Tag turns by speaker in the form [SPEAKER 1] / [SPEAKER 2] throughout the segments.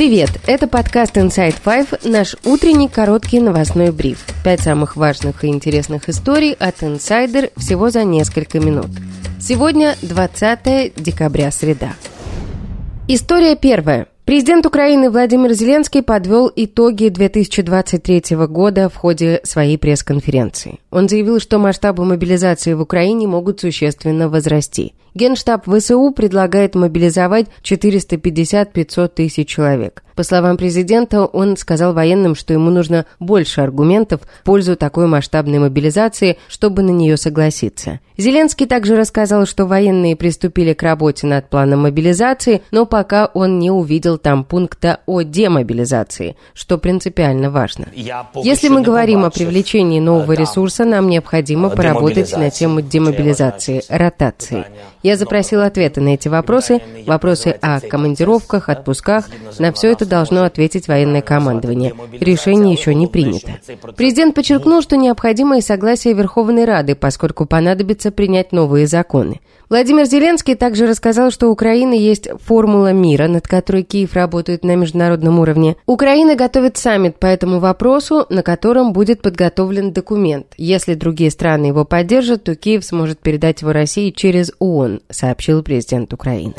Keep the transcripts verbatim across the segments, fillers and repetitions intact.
[SPEAKER 1] Привет! Это подкаст Inside Five, наш утренний короткий новостной бриф. Пять самых важных и интересных историй от Insider всего за несколько минут. Сегодня двадцатое декабря, среда. История первая. Президент Украины Владимир Зеленский подвел итоги две тысячи двадцать третьего года в ходе своей пресс-конференции. Он заявил, что масштабы мобилизации в Украине могут существенно возрасти. Генштаб ВСУ предлагает мобилизовать четыреста пятьдесят - пятьсот тысяч человек. По словам президента, он сказал военным, что ему нужно больше аргументов в пользу такой масштабной мобилизации, чтобы на нее согласиться. Зеленский также рассказал, что военные приступили к работе над планом мобилизации, но пока он не увидел там пункта о демобилизации, что принципиально важно. Если мы говорим о привлечении нового ресурса, нам необходимо поработать на тему демобилизации, ротации. Я запросил ответы на эти вопросы, вопросы о командировках, отпусках. На все это должно ответить военное командование. Решение еще не принято. Президент подчеркнул, что необходимо и согласие Верховной Рады, поскольку понадобится принять новые законы. Владимир Зеленский также рассказал, что у Украины есть формула мира, над которой Киев работает на международном уровне. Украина готовит саммит по этому вопросу, на котором будет подготовлен документ. Если другие страны его поддержат, то Киев сможет передать его России через ООН, сообщил президент Украины.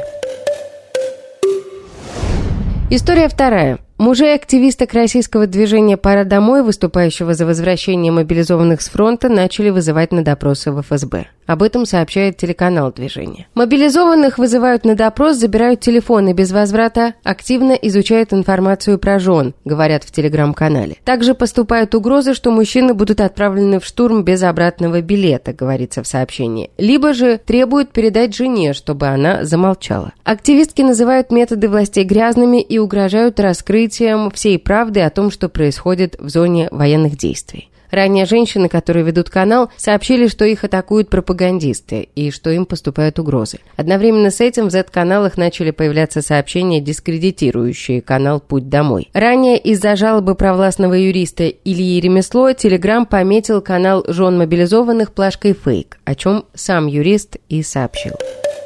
[SPEAKER 1] История вторая. Мужей-активисток российского движения «Пора домой», выступающего за возвращение мобилизованных с фронта, начали вызывать на допросы в эф эс бэ. Об этом сообщает телеканал движения. Мобилизованных вызывают на допрос, забирают телефоны без возврата, активно изучают информацию про жен, говорят в телеграм-канале. Также поступают угрозы, что мужчины будут отправлены в штурм без обратного билета, говорится в сообщении. Либо же требуют передать жене, чтобы она замолчала. Активистки называют методы властей грязными и угрожают раскрытием всей правды о том, что происходит в зоне военных действий. Ранее женщины, которые ведут канал, сообщили, что их атакуют пропагандисты и что им поступают угрозы. Одновременно с этим в зет-каналах начали появляться сообщения, дискредитирующие канал «Путь домой». Ранее из-за жалобы провластного юриста Ильи Ремесло Телеграм пометил канал жен мобилизованных плашкой «Фейк», о чем сам юрист и сообщил.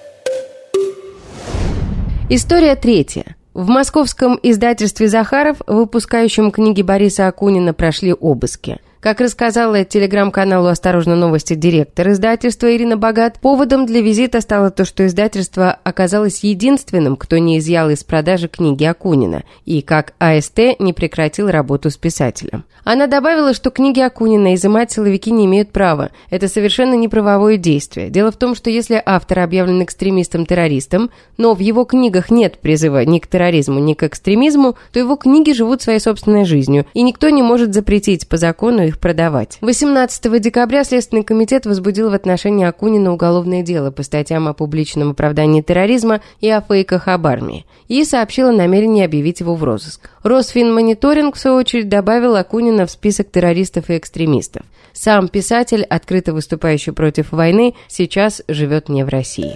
[SPEAKER 1] История третья. В московском издательстве «Захаров», выпускающем книги Бориса Акунина, прошли обыски. Как рассказала телеграм-каналу «Осторожно, новости» директор издательства Ирина Богат, поводом для визита стало то, что издательство оказалось единственным, кто не изъял из продажи книги Акунина, и как а эс тэ не прекратил работу с писателем. Она добавила, что книги Акунина изымать силовики не имеют права. Это совершенно неправовое действие. Дело в том, что если автор объявлен экстремистом-террористом, но в его книгах нет призыва ни к терроризму, ни к экстремизму, то его книги живут своей собственной жизнью, и никто не может запретить по закону их продавать. восемнадцатого декабря Следственный комитет возбудил в отношении Акунина уголовное дело по статьям о публичном оправдании терроризма и о фейках об армии и сообщил о намерении объявить его в розыск. Росфинмониторинг, в свою очередь, добавил Акунина в список террористов и экстремистов. Сам писатель, открыто выступающий против войны, сейчас живет не в России.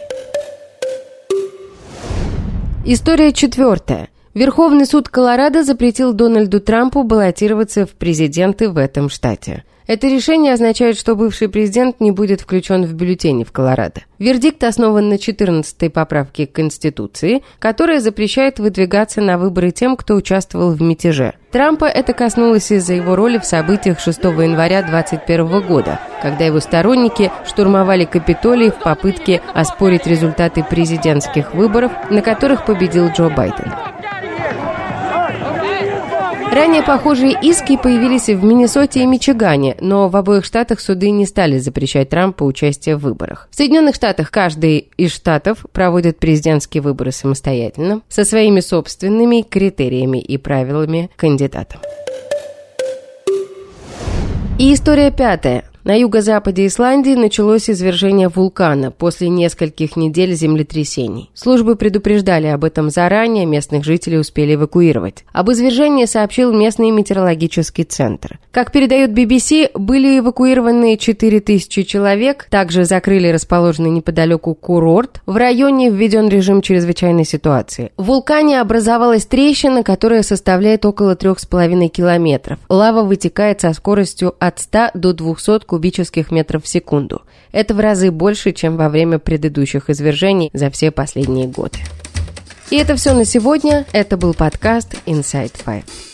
[SPEAKER 1] История четвертая. Верховный суд Колорадо запретил Дональду Трампу баллотироваться в президенты в этом штате. Это решение означает, что бывший президент не будет включен в бюллетени в Колорадо. Вердикт основан на четырнадцатой поправке к Конституции, которая запрещает выдвигаться на выборы тем, кто участвовал в мятеже. Трампа это коснулось из-за его роли в событиях шестого января двадцать первого года, когда его сторонники штурмовали Капитолий в попытке оспорить результаты президентских выборов, на которых победил Джо Байден. Ранее похожие иски появились в Миннесоте и Мичигане, но в обоих штатах суды не стали запрещать Трампу участие в выборах. В Соединенных Штатах каждый из штатов проводит президентские выборы самостоятельно, со своими собственными критериями и правилами кандидатов. И история пятая. На юго-западе Исландии началось извержение вулкана после нескольких недель землетрясений. Службы предупреждали об этом заранее, местных жителей успели эвакуировать. Об извержении сообщил местный метеорологический центр. Как передает би би си, были эвакуированы четыре тысячи человек, также закрыли расположенный неподалеку курорт. В районе введен режим чрезвычайной ситуации. В вулкане образовалась трещина, которая составляет около трех с половиной километров. Лава вытекает со скоростью от ста до двухсот кубических метров в секунду. Это в разы больше, чем во время предыдущих извержений за все последние годы. И это все на сегодня. Это был подкаст Inside Five.